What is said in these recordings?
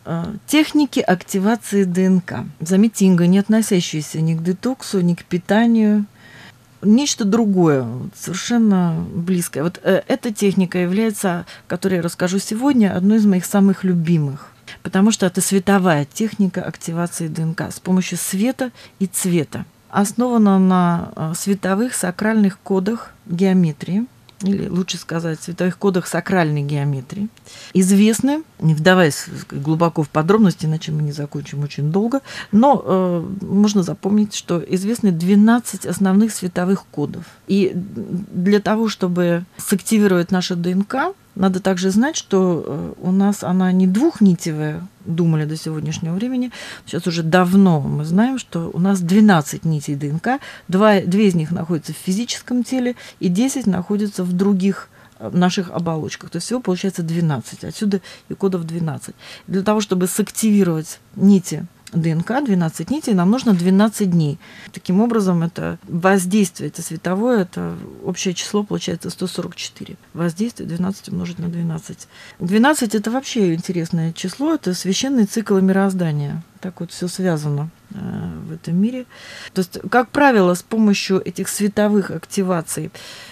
Техники активации ДНК. Заметьте, Инга, не относящиеся ни к детоксу, ни к питанию. Нечто другое, совершенно близкое. Вот эта техника является, которую я расскажу сегодня, одной из моих самых любимых. Потому что это световая техника активации ДНК с помощью света и цвета. Основана на световых сакральных кодах геометрии, или лучше сказать, световых кодах сакральной геометрии. Известны, не вдаваясь глубоко в подробности, иначе мы не закончим очень долго, но можно запомнить, что известны 12 основных световых кодов. И для того, чтобы сактивировать нашу ДНК, надо также знать, что у нас она не двухнитевая, думали до сегодняшнего времени. Сейчас уже давно мы знаем, что у нас 12 нитей ДНК, 2 из них находятся в физическом теле, и 10 находятся в других наших оболочках. То есть всего получается 12. Отсюда и кодов 12. Для того, чтобы сактивировать нити ДНК, 12 нитей, нам нужно 12 дней. Таким образом, это воздействие, это световое, это общее число получается 144. Воздействие 12 умножить на 12. 12 – это вообще интересное число, это священный цикл мироздания. Так вот все связано в этом мире. То есть, как правило, с помощью этих световых активаций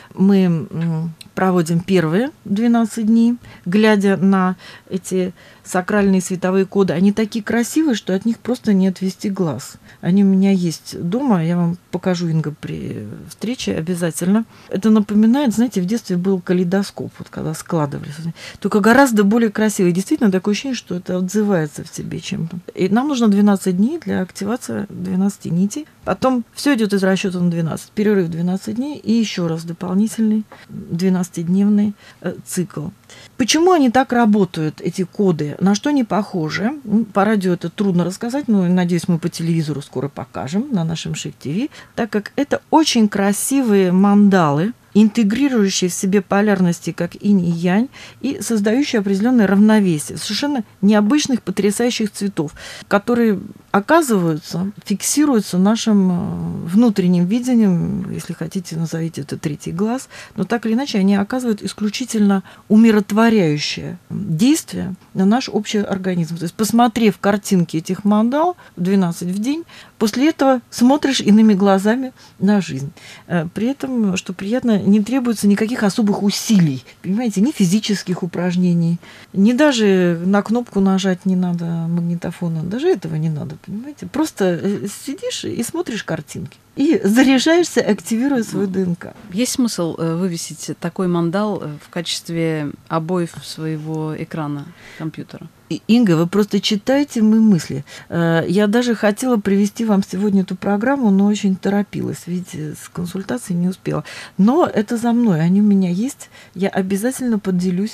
мы проводим первые 12 дней, глядя на эти сакральные световые коды. Они такие красивые, что от них просто не отвести глаз. Они у меня есть дома, я вам покажу, Инга, при встрече обязательно. Это напоминает, знаете, в детстве был калейдоскоп, вот когда складывались. Только гораздо более красивый. Действительно, такое ощущение, что это отзывается в тебе чем-то. И нам нужно 12 дней для активации 12 нитей. Потом все идет из расчета на 12. Перерыв 12 дней и еще раз дополнительный 12-дневный цикл. Почему они так работают, эти коды? На что они похожи? По радио это трудно рассказать, но, надеюсь, мы по телевизору скоро покажем на нашем Шик ТВ, так как это очень красивые мандалы, интегрирующие в себе полярности, как инь и янь, и создающие определенное равновесие совершенно необычных, потрясающих цветов, которые оказываются, фиксируются нашим внутренним видением, если хотите, назовите это третий глаз, но так или иначе они оказывают исключительно умиротворяющее действие на наш общий организм. То есть, посмотрев картинки этих мандал 12 в день, после этого смотришь иными глазами на жизнь. При этом, что приятно, не требуется никаких особых усилий, понимаете, ни физических упражнений, ни даже на кнопку нажать не надо магнитофона, даже этого не надо, понимаете. Просто сидишь и смотришь картинки. И заряжаешься, активируя свою ДНК. Есть смысл вывесить такой мандал в качестве обоев своего экрана компьютера? Инга, вы просто читаете мои мысли. Я даже хотела привести вам сегодня эту программу, но очень торопилась. Видите, с консультацией не успела. Но это за мной, они у меня есть. Я обязательно поделюсь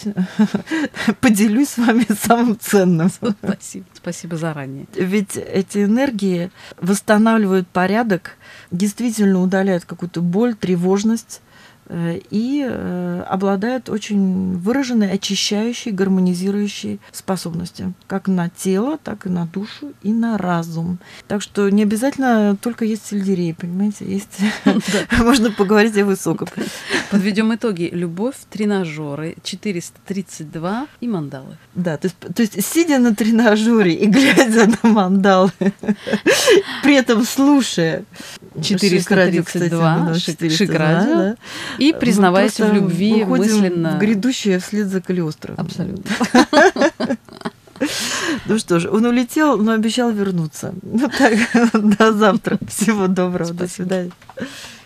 с вами самым ценным. Спасибо. Спасибо заранее. Ведь эти энергии восстанавливают порядок, действительно удаляют какую-то боль, тревожность и обладают очень выраженной очищающей, гармонизирующей способностью как на тело, так и на душу и на разум. Так что не обязательно только есть сельдерей, понимаете, есть можно поговорить о высоком. Подведем итоги. Любовь, тренажеры, 432 и мандалы. Да, то есть сидя на тренажере и глядя на мандалы, при этом слушая 432 Шик-радио, и признаваясь в любви мысленно. В грядущее вслед за Калиостро. Абсолютно. Ну что ж, он улетел, но обещал вернуться. Ну так, до завтра. Всего доброго. Спасибо. До свидания.